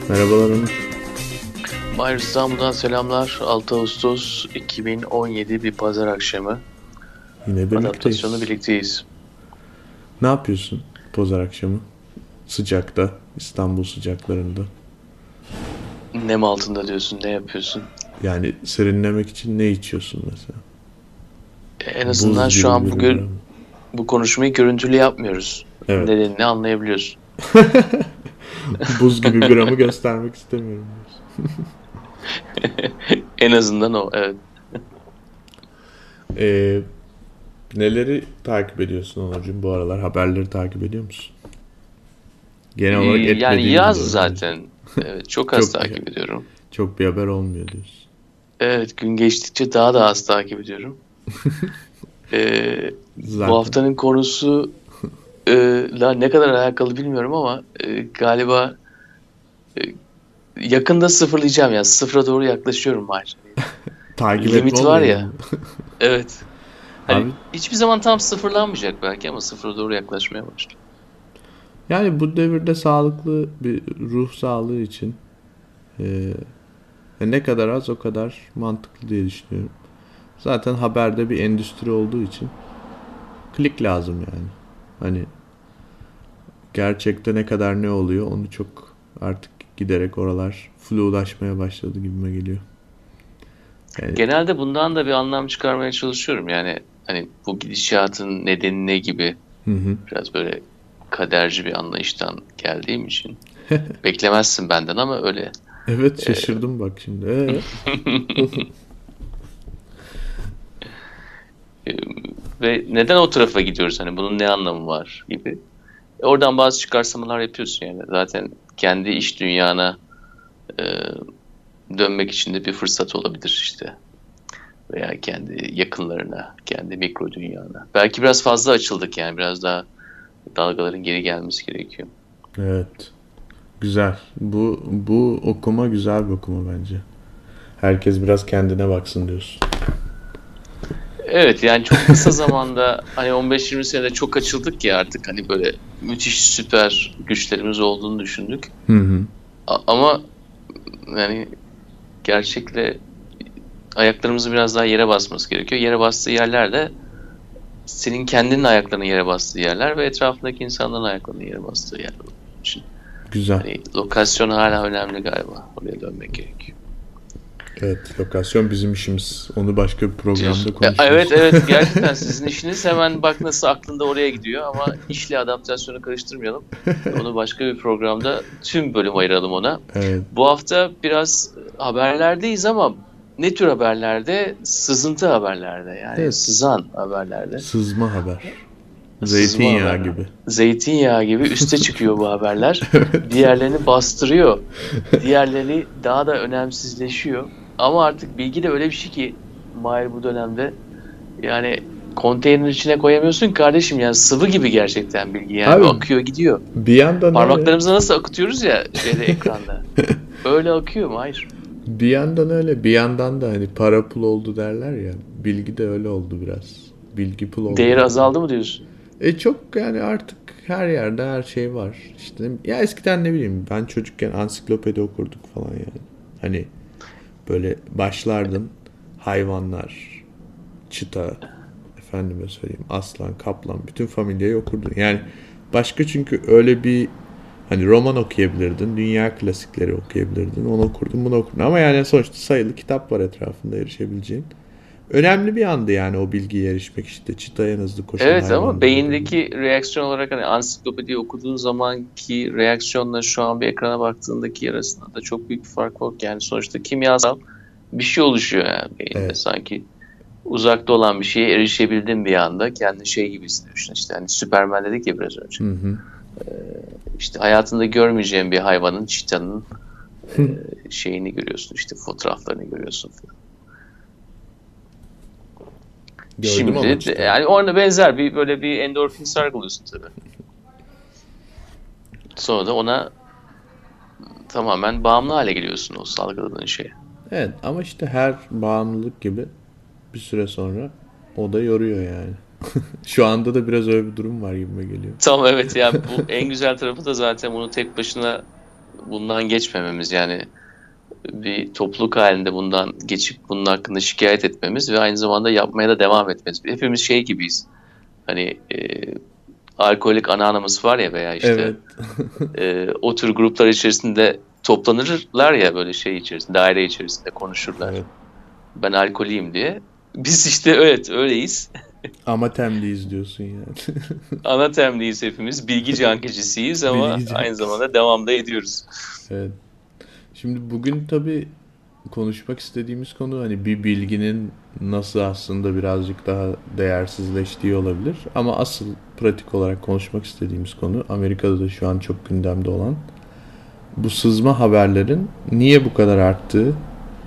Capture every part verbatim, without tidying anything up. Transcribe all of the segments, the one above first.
Merhabalar Onur. Mahir İstanbul'dan selamlar. altı Ağustos iki bin on yedi bir pazar akşamı. Yine Adaptasyonu birlikteyiz. birlikteyiz. Ne yapıyorsun pazar akşamı? Sıcakta, İstanbul sıcaklarında. Nem altında diyorsun, ne yapıyorsun? Yani serinlemek için ne içiyorsun mesela? En azından Buz şu gibi an bir bu, bira gör- mı? bu konuşmayı görüntülü yapmıyoruz. Evet. Nedenini anlayabiliyorsun. Buz gibi biramı göstermek istemiyorum diyorsun. En azından o, evet. Ee, neleri takip ediyorsun Onurcuğum bu aralar? Haberleri takip ediyor musun? Ee, Genel olarak Yani etmediğini yaz biliyorum o yüzden. zaten. Evet, çok az Çok bir, takip ediyorum. çok bir haber olmuyor diyorsun. Evet, gün geçtikçe daha da az takip ediyorum. Ee, Bu Zaten. haftanın konusu e, la ne kadar alakalı bilmiyorum ama e, galiba e, yakında sıfırlayacağım, yani sıfıra doğru yaklaşıyorum Mahir. Takip etme Limit var olayını ya, mı? evet. Hani Abi hiçbir zaman tam sıfırlanmayacak belki ama sıfıra doğru yaklaşmaya başlıyor. yani bu devirde sağlıklı bir ruh sağlığı için e, ne kadar az o kadar mantıklı diye düşünüyorum. Zaten haberde bir endüstri olduğu için klik lazım yani. Hani gerçekte ne kadar ne oluyor onu çok artık giderek oralar flulaşmaya başladı gibime geliyor. Yani Genelde bundan da bir anlam çıkarmaya çalışıyorum. Yani hani bu gidişatın nedeni ne gibi, hı hı. biraz böyle kaderci bir anlayıştan geldiğim için. Beklemezsin benden ama öyle. Evet Ee, şaşırdım bak şimdi. Ee? Ve neden o tarafa gidiyoruz, hani bunun ne anlamı var gibi. Oradan bazı çıkarsamalar yapıyorsun yani. Zaten kendi iş dünyana e, dönmek için de bir fırsat olabilir işte. Veya kendi yakınlarına, kendi mikro dünyana. Belki biraz fazla açıldık, yani biraz daha dalgaların geri gelmesi gerekiyor. Evet. Güzel. Bu bu okuma güzel bir okuma bence. Herkes biraz kendine baksın diyorsun. Evet, yani çok kısa zamanda, hani on beş yirmi senede çok açıldık ya artık, hani böyle müthiş süper güçlerimiz olduğunu düşündük. Hı hı. A- ama yani gerçekle ayaklarımızı biraz daha yere basması gerekiyor. Yere bastığı yerler de senin kendinin ayaklarının yere bastığı yerler ve etrafındaki insanların ayaklarının yere bastığı yerler olduğu için. Güzel. Hani lokasyon hala önemli galiba. Oraya dönmek gerekiyor. Evet, lokasyon bizim işimiz. Onu başka bir programda Diyorsun. E, evet, konuşuruz. evet, gerçekten sizin işiniz, hemen bak nasıl aklında oraya gidiyor, ama işle adaptasyonu karıştırmayalım. Onu başka bir programda tüm bölüm ayıralım ona. Evet, Bu hafta biraz haberlerdeyiz ama ne tür haberlerde? Sızıntı haberlerde, yani evet. sızan haberlerde. Sızma haber. Sızma Zeytinyağı haberler. gibi. Zeytinyağı gibi üste çıkıyor bu haberler. Evet. Diğerlerini bastırıyor. Diğerleri daha da önemsizleşiyor. Ama artık bilgi de öyle bir şey ki Mahir, bu dönemde yani konteynerin içine koyamıyorsun ki kardeşim, yani sıvı gibi gerçekten bilgi, yani Abi akıyor gidiyor. bir yandan öyle. Parmaklarımıza nasıl akıtıyoruz ya şeyde, ekranda. Öyle akıyor Mahir. Bir yandan öyle. Bir yandan da hani para pul oldu derler ya. Bilgi de öyle oldu biraz. Bilgi pul oldu Değeri yani. azaldı mı diyorsun? E çok yani artık her yerde her şey var. İşte ya eskiden ne bileyim ben çocukken ansiklopedi okurduk falan yani. Hani böyle başlardın hayvanlar, çita, efendime söyleyeyim aslan, kaplan bütün familyayı okurdun. Yani başka çünkü öyle bir hani roman okuyabilirdin, dünya klasikleri okuyabilirdin, onu okurdun, bunu okurdun. Ama yani sonuçta sayılı kitap var etrafında erişebileceğin. Önemli bir andı yani o bilgiye erişmek, işte çitaya en hızlı koşan Evet, ama hayvanları bulmak. beyindeki reaksiyon olarak, hani ansiklopediyi okuduğun zamanki reaksiyonla şu an bir ekrana baktığındaki arasında da çok büyük bir fark yok. Yani sonuçta kimyasal bir şey oluşuyor yani beyinde. Evet. Sanki uzakta olan bir şeye erişebildiğin bir anda kendi şey gibi hissediyorsun. İşte hani Süperman dedik ya biraz önce. Hı hı. İşte hayatında görmeyeceğin bir hayvanın, çitanın e, şeyini görüyorsun, işte fotoğraflarını görüyorsun falan. Gördüm ama Şimdi de- çitayı. yani ona benzer bir böyle bir endorfin salgılıyorsun tabii. Sonra da ona tamamen bağımlı hale geliyorsun, o salgıladığın şeye. Evet ama işte her bağımlılık gibi bir süre sonra o da yoruyor yani. Şu anda da biraz öyle bir durum var gibime geliyor. Tamam, evet, yani bu en güzel tarafı da zaten bunu tek başına bundan geçmememiz, yani bir topluluk halinde bundan geçip bunun hakkında şikayet etmemiz ve aynı zamanda yapmaya da devam etmemiz. Hepimiz şey gibiyiz. Hani e, alkolik anonymous var ya, veya işte Evet. e, o tür gruplar içerisinde toplanırlar ya, böyle şey içerisinde, daire içerisinde konuşurlar. Evet. Ben alkoliyim diye. Biz işte evet öyleyiz. Ama temliyiz diyorsun yani. Ana temliyiz hepimiz. Bilgi cankicisiyiz ama Bilgi aynı cankisi. zamanda devam da ediyoruz. Evet. Şimdi bugün tabii konuşmak istediğimiz konu hani bir bilginin nasıl aslında birazcık daha değersizleştiği olabilir. Ama asıl pratik olarak konuşmak istediğimiz konu, Amerika'da da şu an çok gündemde olan, bu sızma haberlerin niye bu kadar arttığı,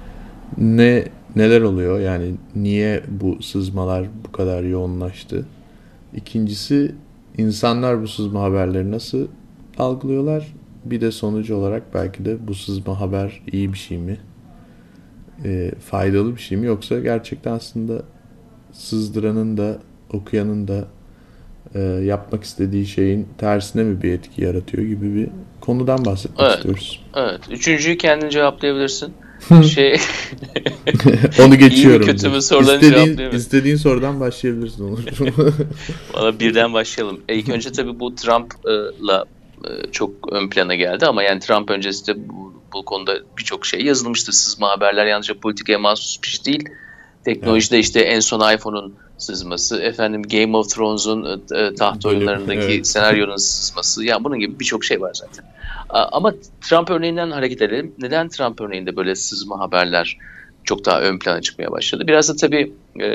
ne neler oluyor yani, niye bu sızmalar bu kadar yoğunlaştı. İkincisi, insanlar bu sızma haberleri nasıl algılıyorlar? Bir de sonucu olarak belki de bu sızma haber iyi bir şey mi? E, faydalı bir şey mi? Yoksa gerçekten aslında sızdıranın da okuyanın da e, yapmak istediği şeyin tersine mi bir etki yaratıyor gibi bir konudan bahsetmek Evet, istiyoruz. evet. Üçüncüyü kendin cevaplayabilirsin. Şey, Onu iyi mi geçiyorum kötü diyorsun. mü sorularını İstediğin, cevaplayabilirsin. istediğin sorudan başlayabilirsin, olur. Valla birden başlayalım. E, İlk önce tabii bu Trump'la e, çok ön plana geldi ama yani Trump öncesi de bu, bu konuda birçok şey yazılmıştı. Sızma haberler yalnızca politikaya mahsus bir şey değil. Evet. Teknolojide işte en son iPhone'un sızması, efendim Game of Thrones'un e, taht Bölüm, oyunlarındaki evet. senaryonun sızması. Yani bunun gibi birçok şey var zaten. A- Ama Trump örneğinden hareket edelim. Neden Trump örneğinde böyle sızma haberler çok daha ön plana çıkmaya başladı? Biraz da tabii e,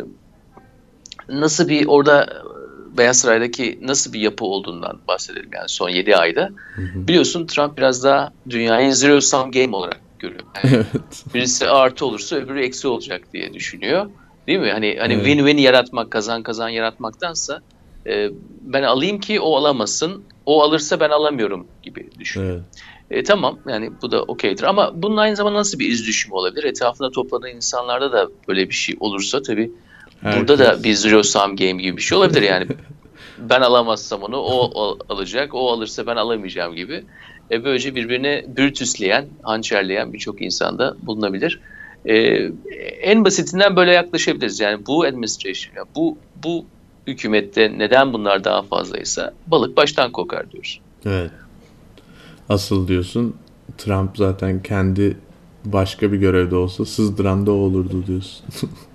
nasıl bir orada Beyaz Saray'daki nasıl bir yapı olduğundan bahsedelim, yani son yedi ayda. Hı hı. Biliyorsun Trump biraz daha dünyayı zero sum game olarak görüyor. Yani Evet. birisi artı olursa öbürü eksi olacak diye düşünüyor. Değil mi? Hani hani Evet. win-win yaratmak, kazan kazan yaratmaktansa e, ben alayım ki o alamasın, o alırsa ben alamıyorum gibi düşünüyor. Evet. E, tamam, yani bu da okeydir ama bunun aynı zamanda nasıl bir iz düşümü olabilir? Etrafında toplanan insanlarda da böyle bir şey olursa tabii burada da bir Herkes. zero sum game gibi bir şey olabilir. Yani ben alamazsam onu o al- alacak, o alırsa ben alamayacağım gibi. E, böylece birbirini bürtüsleyen, hançerleyen birçok insanda bulunabilir. E, En basitinden böyle yaklaşabiliriz. Yani bu administration, yani bu bu hükümette neden bunlar daha fazlaysa balık baştan kokar diyoruz. Evet. Asıl diyorsun, Trump zaten kendi başka bir görevde olsa sızdıran da o olurdu diyorsun.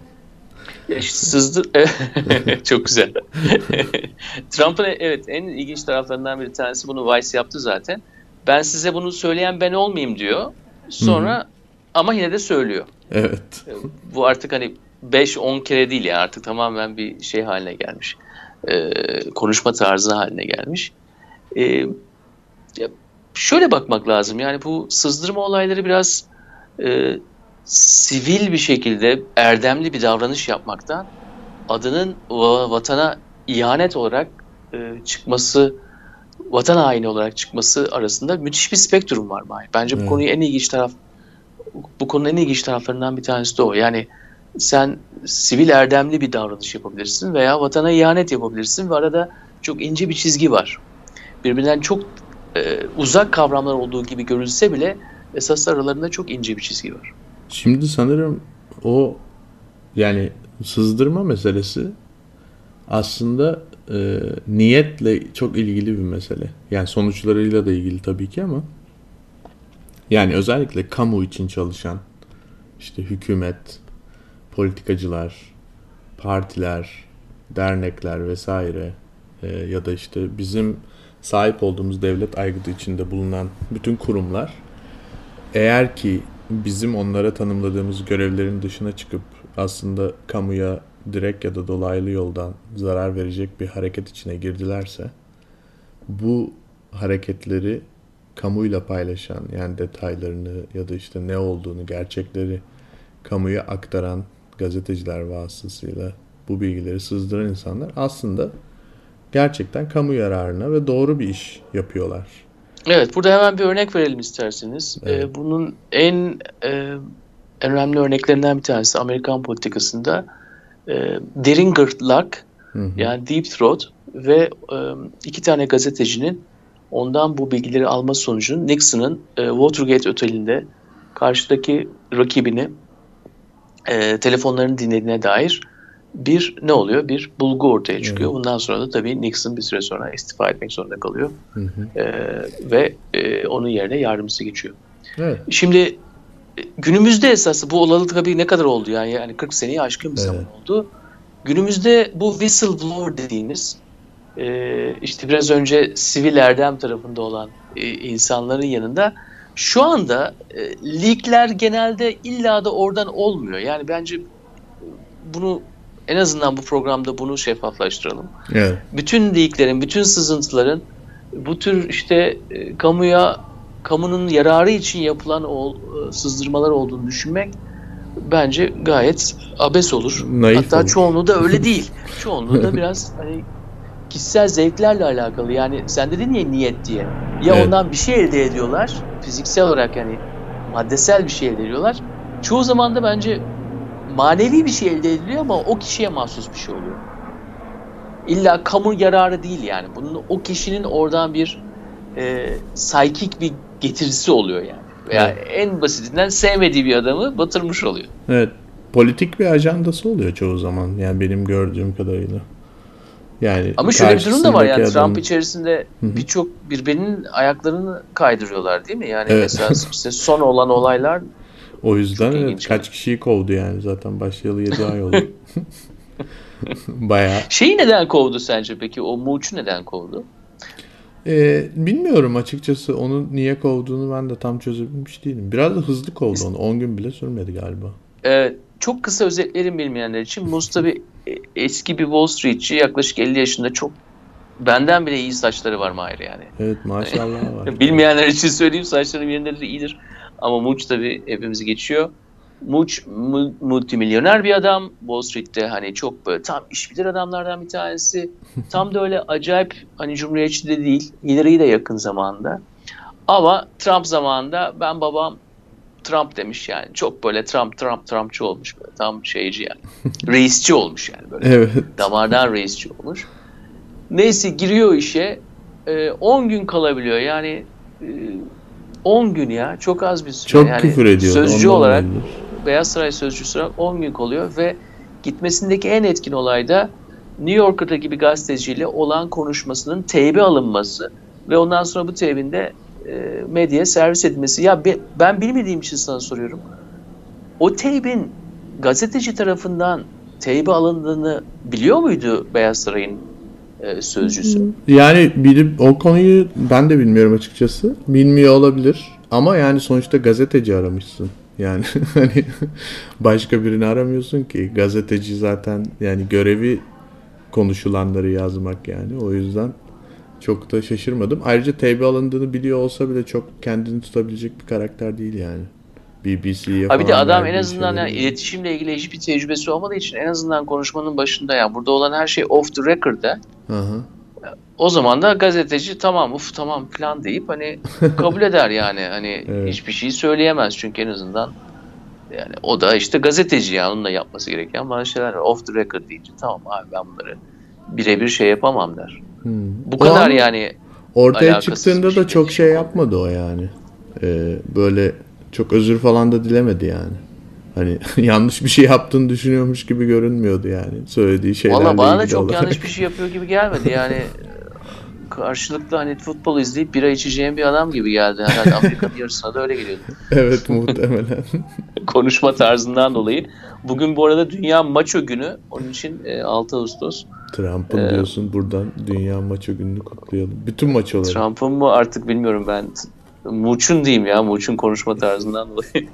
Ya işte sızdır... Çok güzel. Trump'ın evet en ilginç taraflarından bir tanesi, bunu Vice yaptı zaten. Ben size bunu söyleyen ben olmayayım diyor. Hı hı. Sonra ama yine de söylüyor. Evet. E, Bu artık hani beş on kere değil, yani artık tamamen bir şey haline gelmiş. E, konuşma tarzı haline gelmiş. E, ya şöyle bakmak lazım. Yani bu sızdırma olayları biraz e, sivil bir şekilde erdemli bir davranış yapmaktan adının va- vatana ihanet olarak e, çıkması, vatan haini olarak çıkması arasında müthiş bir spektrum var Mahir. Bence bu Evet. konuyu en ilginç taraf, bu konunun en ilginç taraflarından bir tanesi de o. Yani sen sivil erdemli bir davranış yapabilirsin veya vatana ihanet yapabilirsin ve arada çok ince bir çizgi var. Birbirinden çok e, uzak kavramlar olduğu gibi görülse bile esas aralarında çok ince bir çizgi var. Şimdi sanırım o, yani sızdırma meselesi aslında e, niyetle çok ilgili bir mesele. Yani sonuçlarıyla da ilgili tabii ki, ama yani özellikle kamu için çalışan işte hükümet, politikacılar, partiler, dernekler vesaire, e, ya da işte bizim sahip olduğumuz devlet aygıtı içinde bulunan bütün kurumlar, eğer ki bizim onlara tanımladığımız görevlerin dışına çıkıp aslında kamuya direkt ya da dolaylı yoldan zarar verecek bir hareket içine girdilerse, bu hareketleri kamuyla paylaşan, yani detaylarını ya da işte ne olduğunu, gerçekleri kamuya aktaran gazeteciler vasıtasıyla bu bilgileri sızdıran insanlar aslında gerçekten kamu yararına ve doğru bir iş yapıyorlar. Evet, burada hemen bir örnek verelim isterseniz. Evet. Ee, bunun en e, en önemli örneklerinden bir tanesi Amerikan politikasında e, derin gırtlak, Hı hı. yani deep throat ve e, iki tane gazetecinin ondan bu bilgileri alma sonucu Nixon'ın e, Watergate otelinde karşıdaki rakibini e, telefonlarını dinlediğine dair bir ne oluyor? Bir bulgu ortaya çıkıyor. Evet. Bundan sonra da tabii Nixon bir süre sonra istifa etmek zorunda kalıyor. Hı hı. E, ve e, onun yerine yardımcısı geçiyor. Evet. Şimdi e, günümüzde esası bu olalı tabii ne kadar oldu yani yani kırk seneyi aşkın bir Evet. zaman oldu. Günümüzde bu whistleblower dediğimiz e, işte biraz önce sivil erdem tarafında olan e, insanların yanında şu anda e, leakler genelde illa da oradan olmuyor. Yani bence bunu en azından bu programda bunu şeffaflaştıralım. Evet. Bütün leaklerin, bütün sızıntıların bu tür işte e, kamuya, kamunun yararı için yapılan o e, sızdırmalar olduğunu düşünmek bence gayet abes olur. Naif Hatta olur. çoğunluğu da öyle değil. Çoğunluğu da biraz hani kişisel zevklerle alakalı. Yani sen dedin ya niyet diye. Ya Evet. ondan bir şey elde ediyorlar. Fiziksel olarak yani maddesel bir şey elde ediyorlar. Çoğu zaman da bence manevi bir şey elde ediliyor ama o kişiye mahsus bir şey oluyor. İlla kamu yararı değil yani. Bunun o kişinin oradan bir e, psikik bir getirisi oluyor yani. Veya Evet. en basitinden sevmediği bir adamı batırmış oluyor. Evet. Politik bir ajandası oluyor çoğu zaman. Yani benim gördüğüm kadarıyla. Yani Ama şöyle bir durum da var yani karşısındaki adamın- Trump içerisinde Hı hı. birçok birbirinin ayaklarını kaydırıyorlar değil mi? Yani Evet. mesela işte son olan olaylar O yüzden Çok evet, ilginç kaç kişiyi kovdu yani zaten başlayalı yedi ay oldu. Bayağı. şeyi neden kovdu sence peki? O Mooch'u neden kovdu? Ee, bilmiyorum açıkçası onu niye kovduğunu ben de tam çözebilmiş değilim. Biraz da hızlı kovdu onu. on gün bile sürmedi galiba. Ee, çok kısa özetlerim bilmeyenler için. Moose tabii e, eski bir Wall Street'çi, yaklaşık elli yaşında, çok benden bile iyi saçları var Mahir yani. Evet maşallah var. Bilmeyenler için söyleyeyim, saçlarının yerleri de iyidir. Ama Mooch tabii hepimizi geçiyor. Mooch mu- multimilyoner bir adam. Wall Street'te hani çok böyle tam işbilir adamlardan bir tanesi. Tam da öyle acayip hani cumhuriyetçi de değil. Hillary'ye de yakın zamanda. Ama Trump zamanında ben babam Trump demiş yani. Çok böyle Trump Trump Trumpçı olmuş böyle. Tam şeyci yani. Reisçi olmuş yani böyle. Evet. Damardan reisçi olmuş. Neyse giriyor işe. Ee, on gün kalabiliyor. Yani e, on gün ya. Çok az bir süre. Çok yani küfür ediyordu. Sözcü ondan olarak, belli. Beyaz Saray sözcüsü olarak on gün kalıyor ve gitmesindeki en etkin olay da New York'taki bir gazeteciyle olan konuşmasının teybi alınması ve ondan sonra bu teybin de e, medyaya servis edilmesi. Ya be, ben bilmediğim için sana soruyorum. O teybin gazeteci tarafından teybi alındığını biliyor muydu Beyaz Saray'ın e, sözcüsü? Yani bilip o konuyu ben de bilmiyorum açıkçası. Bilmiyor olabilir. Ama yani sonuçta gazeteci aramışsın. Yani hani başka birini aramıyorsun ki. Gazeteci zaten yani görevi konuşulanları yazmak yani. O yüzden çok da şaşırmadım. Ayrıca teybi alındığını biliyor olsa bile çok kendini tutabilecek bir karakter değil yani. B B C'ye Ha bir de falan adam en verdiği azından yani şeyleri- iletişimle ilgili hiçbir tecrübesi olmadığı için en azından konuşmanın başında yani burada olan her şey off the record'da. Hı hı. O zaman da gazeteci tamam uf tamam falan deyip hani kabul eder yani hani Evet. hiçbir şey söyleyemez çünkü en azından yani o da işte gazeteci yani onun da yapması gereken bazı şeyler var. Off the record deyince tamam abi ben bunları birebir şey yapamam der. Hmm. Bu O kadar ama yani ortaya alakasız çıktığında bir da şey çok değil. şey yapmadı o yani. Ee, böyle çok özür falan da dilemedi yani. Hani yanlış bir şey yaptığını düşünüyormuş gibi görünmüyordu yani. Söylediği şeylerle Valla bana da ilgili çok olarak. yanlış bir şey yapıyor gibi gelmedi yani karşılıklı hani futbol izleyip bira içeceğim bir adam gibi geldi. Herhalde Amerika'nın yarısına da öyle geliyordu. Evet muhtemelen. Konuşma tarzından dolayı. Bugün bu arada Dünya Maço Günü. Onun için e, altı Ağustos. Trump'ın Ee, diyorsun buradan Dünya Maço Günü'nü kutlayalım. Bütün maçoları. Trump'ın mı artık bilmiyorum ben. Muç'un diyeyim ya. Muç'un konuşma tarzından dolayı.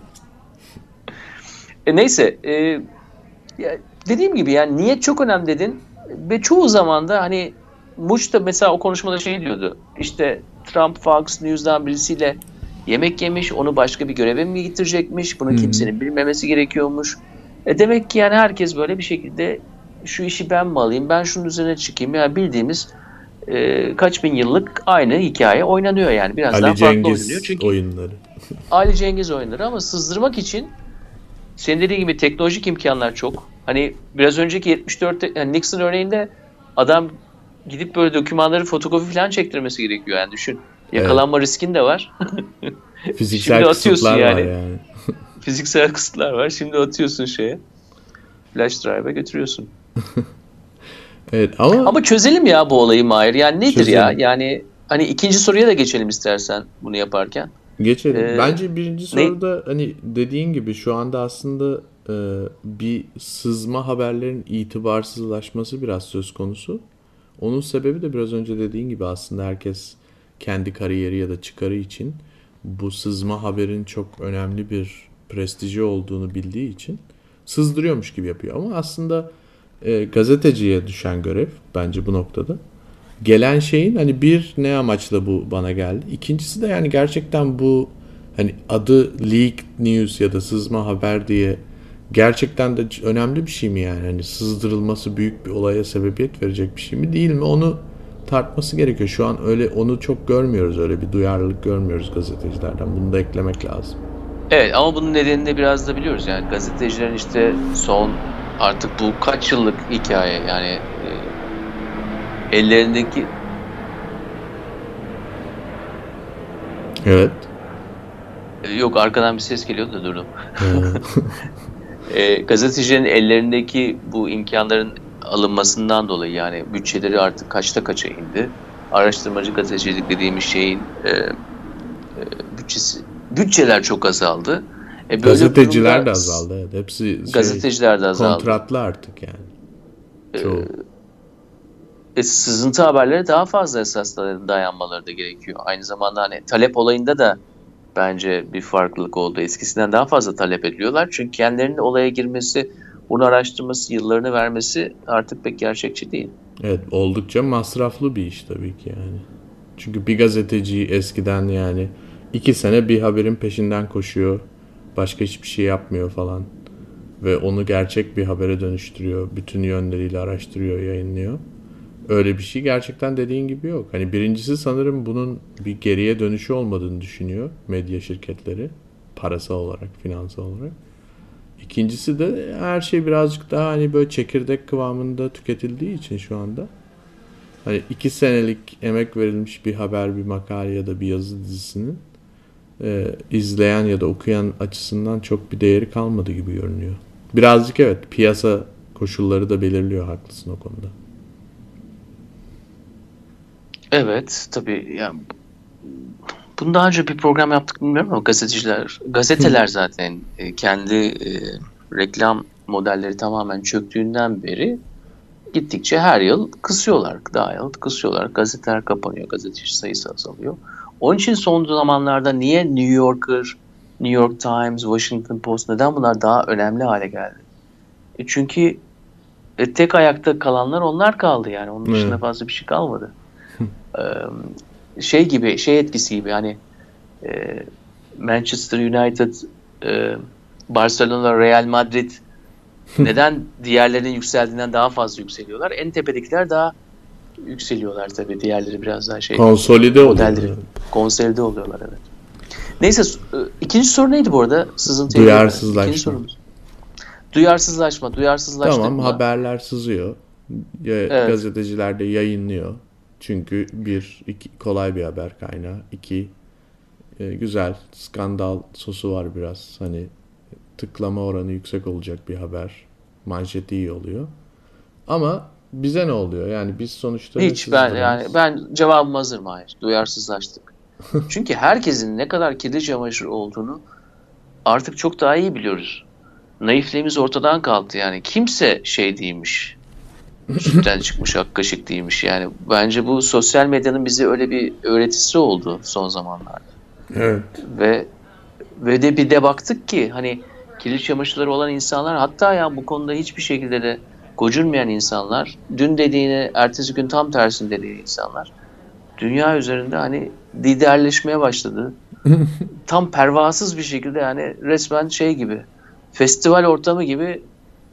e, neyse. E, ya dediğim gibi yani niyet çok önemli dedin. Ve çoğu zaman da hani Muç da mesela o konuşmada şey diyordu. İşte Trump Fox News'dan birisiyle yemek yemiş. Onu başka bir göreve mi getirecekmiş? Bunu Hı hı. kimsenin bilmemesi gerekiyormuş. E demek ki yani herkes böyle bir şekilde şu işi ben mi alayım? Ben şunun üzerine çıkayım. Yani bildiğimiz e, kaç bin yıllık aynı hikaye oynanıyor yani. Biraz daha Ali farklı Cengiz oynanıyor. Çünkü oyunları. Ali Cengiz oyunları ama sızdırmak için senin dediğin gibi teknolojik imkanlar çok. Hani biraz önceki yetmiş dört yani Nixon örneğinde adam gidip böyle dokümanları fotokopi falan çektirmesi gerekiyor yani düşün. Evet. Yakalanma riskin de var. Fiziksel Şimdi atıyorsun kısıtlar var yani. yani. Fiziksel kısıtlar var. Şimdi atıyorsun şeye. Flash drive'a götürüyorsun. Evet ama Ama çözelim ya bu olayı Mahir. Yani nedir ya? çözelim. Yani hani ikinci soruya da geçelim istersen bunu yaparken. Geçelim. Ee, Bence birinci ne? soruda hani dediğin gibi şu anda aslında e, bir sızma haberlerin itibarsızlaşması biraz söz konusu. Onun sebebi de biraz önce dediğin gibi aslında herkes kendi kariyeri ya da çıkarı için bu sızma haberin çok önemli bir prestiji olduğunu bildiği için sızdırıyormuş gibi yapıyor. Ama aslında e, gazeteciye düşen görev bence bu noktada. Gelen şeyin hani bir ne amaçla bu bana geldi. İkincisi de yani gerçekten bu hani adı leak news ya da sızma haber diye gerçekten de önemli bir şey mi yani? Hani sızdırılması büyük bir olaya sebebiyet verecek bir şey mi değil mi? Onu tartması gerekiyor. Şu an öyle onu çok görmüyoruz, öyle bir duyarlılık görmüyoruz gazetecilerden. Bunu da eklemek lazım. Evet ama bunun nedenini de biraz da biliyoruz. Yani gazetecilerin işte son artık bu kaç yıllık hikaye yani e, ellerindeki Evet. e, yok arkadan bir ses geliyordu da durdum. Ee, E, gazetecilerin ellerindeki bu imkanların alınmasından dolayı yani bütçeleri artık kaçta kaça indi. Araştırmacı gazetecilik dediğimiz şeyin e, e, bütçesi bütçeler çok azaldı. E böyle bir gazeteciler durumda de s- azaldı. Evet. Hepsi şey gazeteciler de azaldı. kontratlı artık yani. Çoğu. E, sızıntı haberleri daha fazla esas da- dayanmaları da gerekiyor. Aynı zamanda hani talep olayında da bence bir farklılık oldu. Eskisinden daha fazla talep ediyorlar. Çünkü kendilerinin olaya girmesi, bunu araştırması, yıllarını vermesi artık pek gerçekçi değil. Evet, oldukça masraflı bir iş tabii ki yani. Çünkü bir gazeteci eskiden yani iki sene bir haberin peşinden koşuyor. Başka hiçbir şey yapmıyor falan. Ve onu gerçek bir habere dönüştürüyor. Bütün yönleriyle araştırıyor, yayınlıyor. Öyle bir şey gerçekten dediğin gibi yok. Hani birincisi sanırım bunun bir geriye dönüşü olmadığını düşünüyor medya şirketleri. Parasal olarak, finansal olarak. İkincisi de her şey birazcık daha hani böyle çekirdek kıvamında tüketildiği için şu anda. Hani iki senelik emek verilmiş bir haber, bir makale ya da bir yazı dizisinin e, izleyen ya da okuyan açısından çok bir değeri kalmadı gibi görünüyor. Birazcık evet, piyasa koşulları da belirliyor, haklısın o konuda. Evet, tabii yani bunu daha önce bir program yaptık bilmiyorum ama gazeteciler, gazeteler zaten e, kendi e, reklam modelleri tamamen çöktüğünden beri gittikçe her yıl kısıyorlar. Daha yıl kısıyorlar. Gazeteler kapanıyor. Gazeteci sayısı azalıyor. Onun için son zamanlarda niye New Yorker, New York Times, Washington Post neden bunlar daha önemli hale geldi? E çünkü e, tek ayakta kalanlar onlar kaldı yani. Onun Evet. dışında fazla bir şey kalmadı. Ee, şey gibi, şey etkisi gibi hani e, Manchester United, e, Barcelona, Real Madrid neden diğerlerinin yükseldiğinden daha fazla yükseliyorlar? En tepedekiler daha yükseliyorlar tabii. Diğerleri biraz daha şey Konsolide oluyor. modelleri Evet. konsolide oluyorlar evet. Neyse e, ikinci soru neydi bu arada? Sızıntıya girmeden. İkinci Duyarsızlaşma. sorumuz. Duyarsızlaşma. Duyarsızlaştık Tamam, mı? haberler sızıyor. Ya, Evet. gazeteciler de yayınlıyor. Çünkü bir, iki, kolay bir haber kaynağı. İki, e, güzel, skandal sosu var biraz. Hani tıklama oranı yüksek olacak bir haber. Manşeti iyi oluyor. Ama bize ne oluyor? Yani biz sonuçta ne Hiç ben yani sızdırırız? ben cevabım hazır Mahir. Duyarsızlaştık. Çünkü herkesin ne kadar kirli çamaşır olduğunu artık çok daha iyi biliyoruz. Naifliğimiz ortadan kalktı yani. Kimse şey değilmiş. Sütten çıkmış ak kaşık değilmiş. Yani bence bu sosyal medyanın bize öyle bir öğretisi oldu son zamanlarda. Evet. Ve ve de bir de baktık ki hani kirli çamaşırları olan insanlar hatta ya bu konuda hiçbir şekilde de gocunmayan insanlar, dün dediğini ertesi gün tam tersini dediği insanlar dünya üzerinde hani liderleşmeye başladı. Tam pervasız bir şekilde yani resmen şey gibi festival ortamı gibi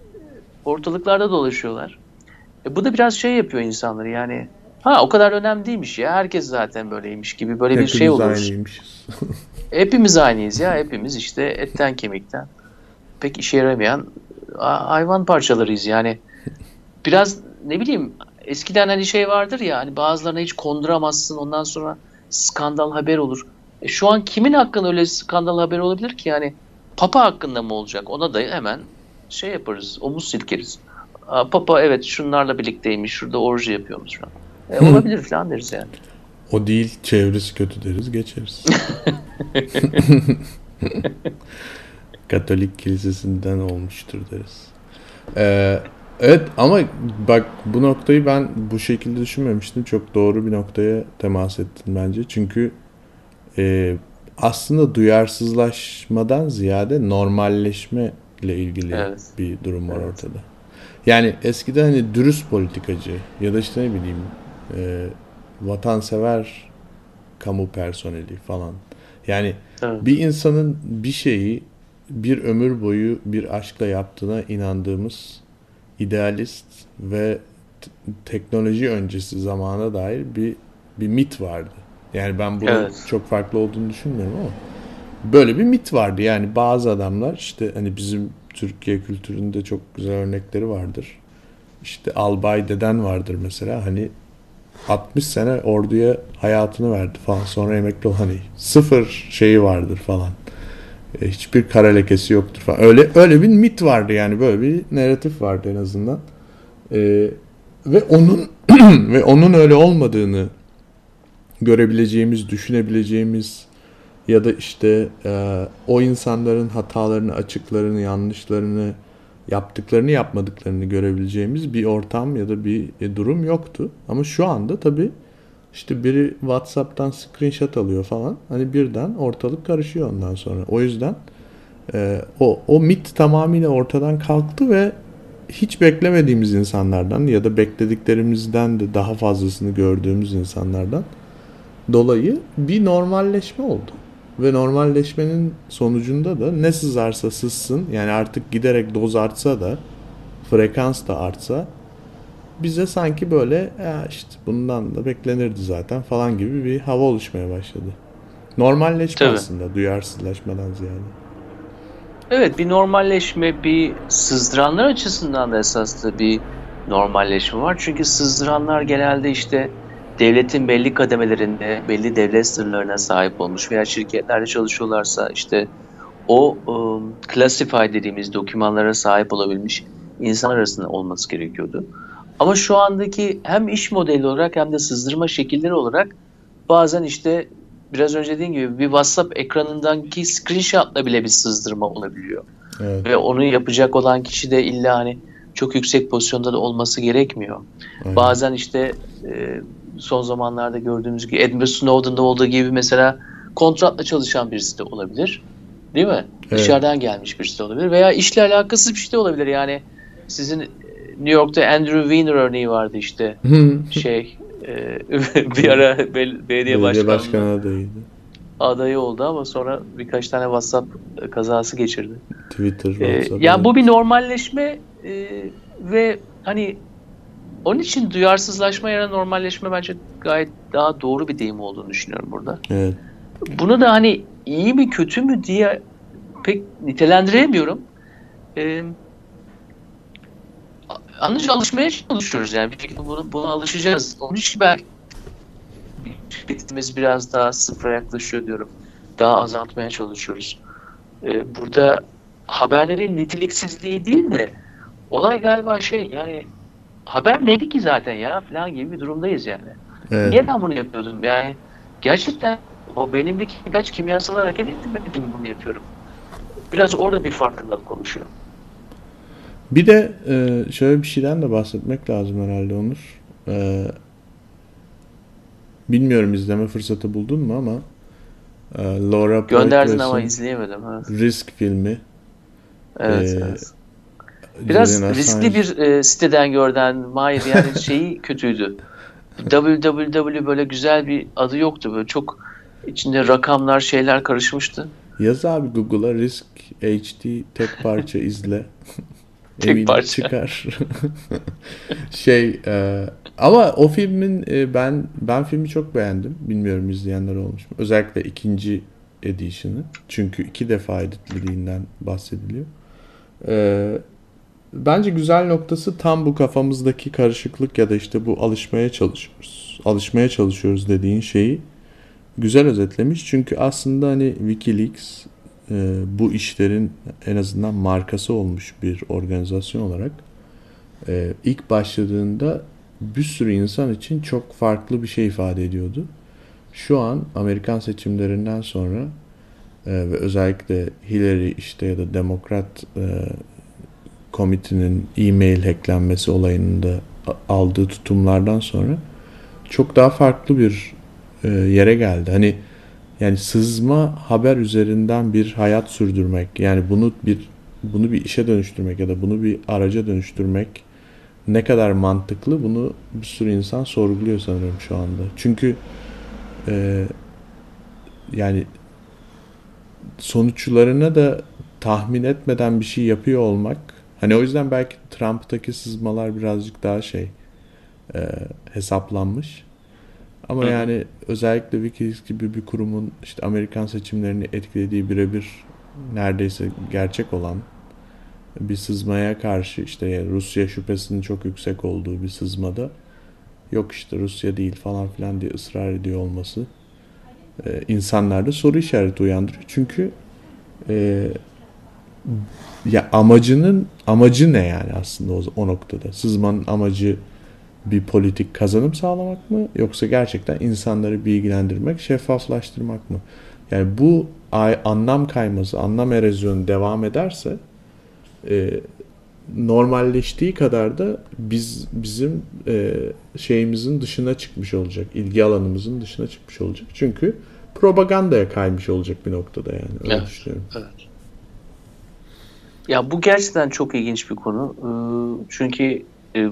ortalıklarda dolaşıyorlar. E bu da biraz şey yapıyor insanları yani ha o kadar önemli değilmiş ya herkes zaten böyleymiş gibi böyle bir şey Hepimiz olur. aynıymışız. Hepimiz aynıyız ya hepimiz işte etten kemikten pek işe yaramayan hayvan parçalarıyız yani biraz ne bileyim eskiden hani şey vardır ya, hani bazılarına hiç konduramazsın, ondan sonra skandal haber olur. E, şu an kimin hakkında öyle skandal haber olabilir ki yani? Papa hakkında mı olacak? Ona da hemen şey yaparız, omuz silkeriz. Aa, Papa evet şunlarla birlikteymiş, şurada orji yapıyormuş falan. E, olabilir falan deriz yani. O değil, çevresi kötü deriz, geçeriz. Katolik kilisesinden olmuştur deriz. Ee, evet ama bak, bu noktayı ben bu şekilde düşünmemiştim. Çok doğru bir noktaya temas ettin bence. Çünkü e, aslında duyarsızlaşmadan ziyade normalleşme ile ilgili Evet, bir durum var evet, ortada. Yani eskiden hani dürüst politikacı ya da işte ne bileyim e, vatansever kamu personeli falan. Yani bir evet, insanın bir şeyi bir ömür boyu bir aşkla yaptığına inandığımız idealist ve t- teknoloji öncesi zamana dair bir bir mit vardı. Yani ben bunun evet, çok farklı olduğunu düşünmüyorum ama böyle bir mit vardı. Yani bazı adamlar işte hani bizim Türkiye kültüründe çok güzel örnekleri vardır. İşte albay deden vardır mesela, hani altmış sene orduya hayatını verdi falan, sonra emekli ol, hani sıfır şeyi vardır falan. E, hiçbir kara lekesi yoktur falan. Öyle öyle bir mit vardı, yani böyle bir narratif vardı en azından. E, ve onun ve onun öyle olmadığını görebileceğimiz, düşünebileceğimiz ya da işte e, o insanların hatalarını, açıklarını, yanlışlarını, yaptıklarını, yapmadıklarını görebileceğimiz bir ortam ya da bir e, durum yoktu. Ama şu anda tabii işte biri WhatsApp'tan screenshot alıyor falan. Hani birden ortalık karışıyor ondan sonra. O yüzden e, o o mit tamamıyla ortadan kalktı ve hiç beklemediğimiz insanlardan ya da beklediklerimizden de daha fazlasını gördüğümüz insanlardan dolayı bir normalleşme oldu. Ve normalleşmenin sonucunda da ne sızarsa sızsın, yani artık giderek doz artsa da frekans da artsa, bize sanki böyle ya işte bundan da beklenirdi zaten falan gibi bir hava oluşmaya başladı. Normalleşme tabii. aslında, duyarsızlaşmadan ziyade. Evet, bir normalleşme, bir sızdıranlar açısından da esas da bir normalleşme var. Çünkü sızdıranlar genelde işte devletin belli kademelerinde, belli devlet sırlarına sahip olmuş veya şirketlerde çalışıyorlarsa işte o ıı, classify dediğimiz dokümanlara sahip olabilmiş insan arasında olması gerekiyordu. Ama şu andaki hem iş modeli olarak hem de sızdırma şekilleri olarak bazen işte biraz önce dediğim gibi bir WhatsApp ekranındaki screenshot'la bile bir sızdırma olabiliyor. Evet. Ve onu yapacak olan kişi de illa hani çok yüksek pozisyonda da olması gerekmiyor. Aynen. Bazen işte e, son zamanlarda gördüğümüz gibi Edward Snowden'da olduğu gibi mesela kontratla çalışan birisi de olabilir. Değil mi? Evet. Dışarıdan gelmiş birisi de olabilir. Veya işle alakasız bir şey de olabilir. Yani sizin e, New York'ta Andrew Weiner örneği vardı işte. Şey e, bir ara bel- belediye Belediye başkanlığı başkanı adayıydı. adayı oldu ama sonra birkaç tane WhatsApp kazası geçirdi. Twitter, Ee, WhatsApp, yani evet. bu bir normalleşme e, ve hani onun için duyarsızlaşma yerine normalleşme bence gayet daha doğru bir deyim olduğunu düşünüyorum burada. Evet. Bunu da hani iyi mi kötü mü diye pek nitelendiremiyorum. Ee, Anlıca alışmaya çalışıyoruz yani bir şekilde bunu, buna alışacağız. Onun için belki tüketimiz biraz daha sıfıra yaklaşıyor diyorum. Daha azaltmaya çalışıyoruz. Ee, burada haberlerin niteliksizliği değil de olay galiba şey yani haber neydi ki zaten ya falan gibi bir durumdayız yani. Evet. Niye ben bunu yapıyordum? Yani gerçekten o benimdeki ilaç kimyasal hareket ettirmek için bunu yapıyorum. Biraz orada bir farkındalık oluşuyor. Bir de e, şöyle bir şeyden de bahsetmek lazım herhalde, Onur. E, bilmiyorum, izleme fırsatı buldun mu ama e, Laura Gönderdin ama Poitras'ın izleyemedim. Evet, Risk filmi, evet. e, Evet. Julian Biraz riskli Assange. bir e, siteden gördüğün Mahir yani şeyi kötüydü. W W W böyle güzel bir adı yoktu. Böyle çok içinde rakamlar şeyler karışmıştı. Yaz abi Google'a Risk H D tek parça izle. Tek Eminim parça. çıkar. Şey e, ama o filmin e, ben ben filmi çok beğendim. Bilmiyorum izleyenler olmuş mu? Özellikle ikinci edition'ı. Çünkü iki defa editlediğinden bahsediliyor. E, bence güzel noktası tam bu kafamızdaki karışıklık ya da işte bu alışmaya çalışıyoruz. Alışmaya çalışıyoruz dediğin şeyi güzel özetlemiş. Çünkü aslında hani WikiLeaks e, bu işlerin en azından markası olmuş bir organizasyon olarak e, ilk başladığında bir sürü insan için çok farklı bir şey ifade ediyordu. Şu an Amerikan seçimlerinden sonra e, ve özellikle Hillary işte ya da Demokrat e, komitinin e-mail hacklenmesi olayında aldığı tutumlardan sonra çok daha farklı bir e, yere geldi. Hani yani sızma haber üzerinden bir hayat sürdürmek, yani bunu bir bunu bir işe dönüştürmek ya da bunu bir araca dönüştürmek ne kadar mantıklı, bunu bir sürü insan sorguluyor sanırım şu anda. Çünkü e, yani sonuçlarına da tahmin etmeden bir şey yapıyor olmak, hani o yüzden belki Trump'taki sızmalar birazcık daha şey e, hesaplanmış. Ama Hı hı. yani özellikle Wikileaks gibi bir kurumun işte Amerikan seçimlerini etkilediği birebir neredeyse gerçek olan bir sızmaya karşı işte yani Rusya şüphesinin çok yüksek olduğu bir sızmada yok işte Rusya değil falan filan diye ısrar ediyor olması e, insanlarda soru işareti uyandırıyor. Çünkü e, ya amacının amacı ne yani aslında o, o noktada? Sızmanın amacı bir politik kazanım sağlamak mı, yoksa gerçekten insanları bilgilendirmek, şeffaflaştırmak mı? Yani bu anlam kayması, anlam erozyonu devam ederse e, normalleştiği kadar da biz bizim e, şeyimizin dışına çıkmış olacak, ilgi alanımızın dışına çıkmış olacak. Çünkü propagandaya kaymış olacak bir noktada, yani öyle Evet, düşünüyorum. evet. Ya bu gerçekten çok ilginç bir konu. Ee, Çünkü e,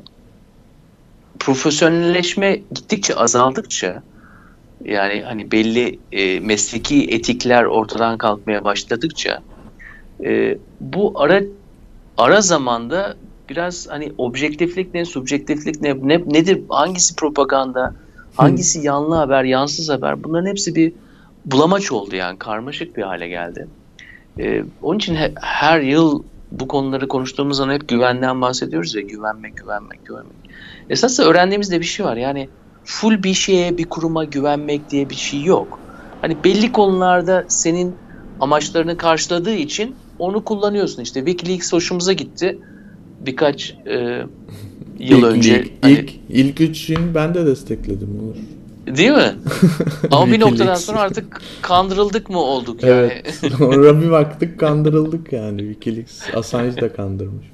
profesyonelleşme gittikçe azaldıkça, yani hani belli e, mesleki etikler ortadan kalkmaya başladıkça e, bu ara ara zamanda biraz hani objektiflik ne, subjektiflik ne, ne nedir, hangisi propaganda, hangisi yanlı haber, yansız haber, bunların hepsi bir bulamaç oldu, yani karmaşık bir hale geldi. E, onun için he- her yıl bu konuları konuştuğumuz zaman hep güvenden bahsediyoruz ya, güvenmek, güvenmek, güvenmek. Esasında öğrendiğimiz de bir şey var. Yani full bir şeye, bir kuruma güvenmek diye bir şey yok. Hani belli konularda senin amaçlarını karşıladığı için onu kullanıyorsun. İşte WikiLeaks hoşumuza gitti. Birkaç e, yıl İlk, ilk, önce hani, ilk, ilk üçün ben de destekledim, olur. değil mi? Ama bir noktadan Wikileaks. sonra artık kandırıldık mı olduk Evet. yani? Sonra bir baktık kandırıldık yani. Wikileaks. Assange da kandırmış.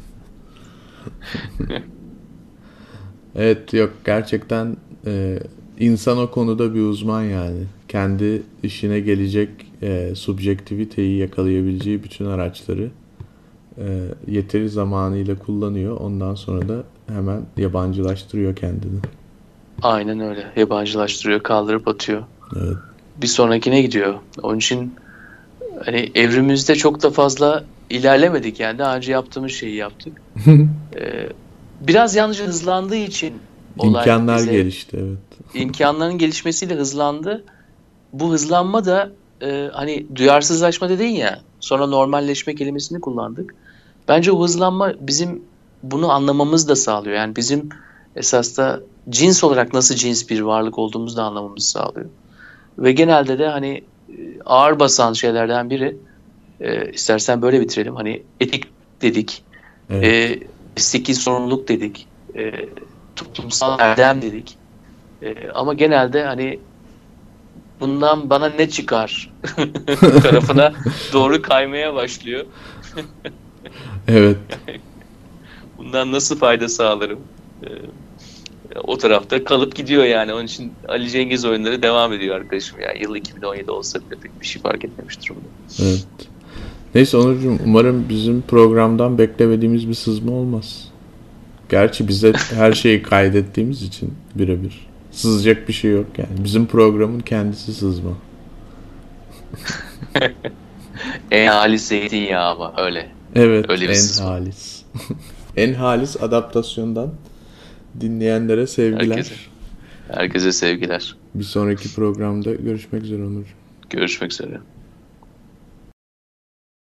Evet, yok gerçekten e, insan o konuda bir uzman yani. Kendi işine gelecek e, subjektiviteyi yakalayabileceği bütün araçları e, yeteri zamanıyla kullanıyor. Ondan sonra da hemen yabancılaştırıyor kendini. Aynen öyle. Yabancılaştırıyor, kaldırıp atıyor. Evet. Bir sonrakine gidiyor. Onun için hani evrimimizde çok da fazla ilerlemedik, yani daha önce yaptığımız şeyi yaptık. Ee, Biraz yalnızca hızlandığı için olay İmkanlar bize, gelişti, evet. imkanların gelişmesiyle hızlandı. Bu hızlanma da e, hani duyarsızlaşma dedin ya, sonra normalleşme kelimesini kullandık. Bence o hızlanma bizim bunu anlamamızı da sağlıyor. Yani bizim esas da cins olarak nasıl cins bir varlık olduğumuzu da anlamamızı sağlıyor. Ve genelde de hani e, ağır basan şeylerden biri, e, istersen böyle bitirelim. Hani etik dedik, Evet. e, mesleki sorumluluk dedik, e, toplumsal erdem dedik. E, ama genelde hani bundan bana ne çıkar tarafına doğru kaymaya başlıyor. Evet. Bundan nasıl fayda sağlarım? E, O tarafta kalıp gidiyor yani. Onun için Ali Cengiz oyunları devam ediyor arkadaşım ya. Yıl iki bin on yedi olsa bile pek bir şey fark etmemiştir bunu. Evet. Neyse Onurcuğum, umarım bizim programdan beklemediğimiz bir sızma olmaz. Gerçi bize her şeyi kaydettiğimiz için birebir. Sızacak bir şey yok yani. Bizim programın kendisi sızma. En hali zeytinyağı, ama öyle. Evet, Öyle bir en sızma. halis. En halis adaptasyondan dinleyenlere Herkese. sevgiler. Herkese sevgiler. Bir sonraki programda görüşmek üzere Onur. Görüşmek üzere.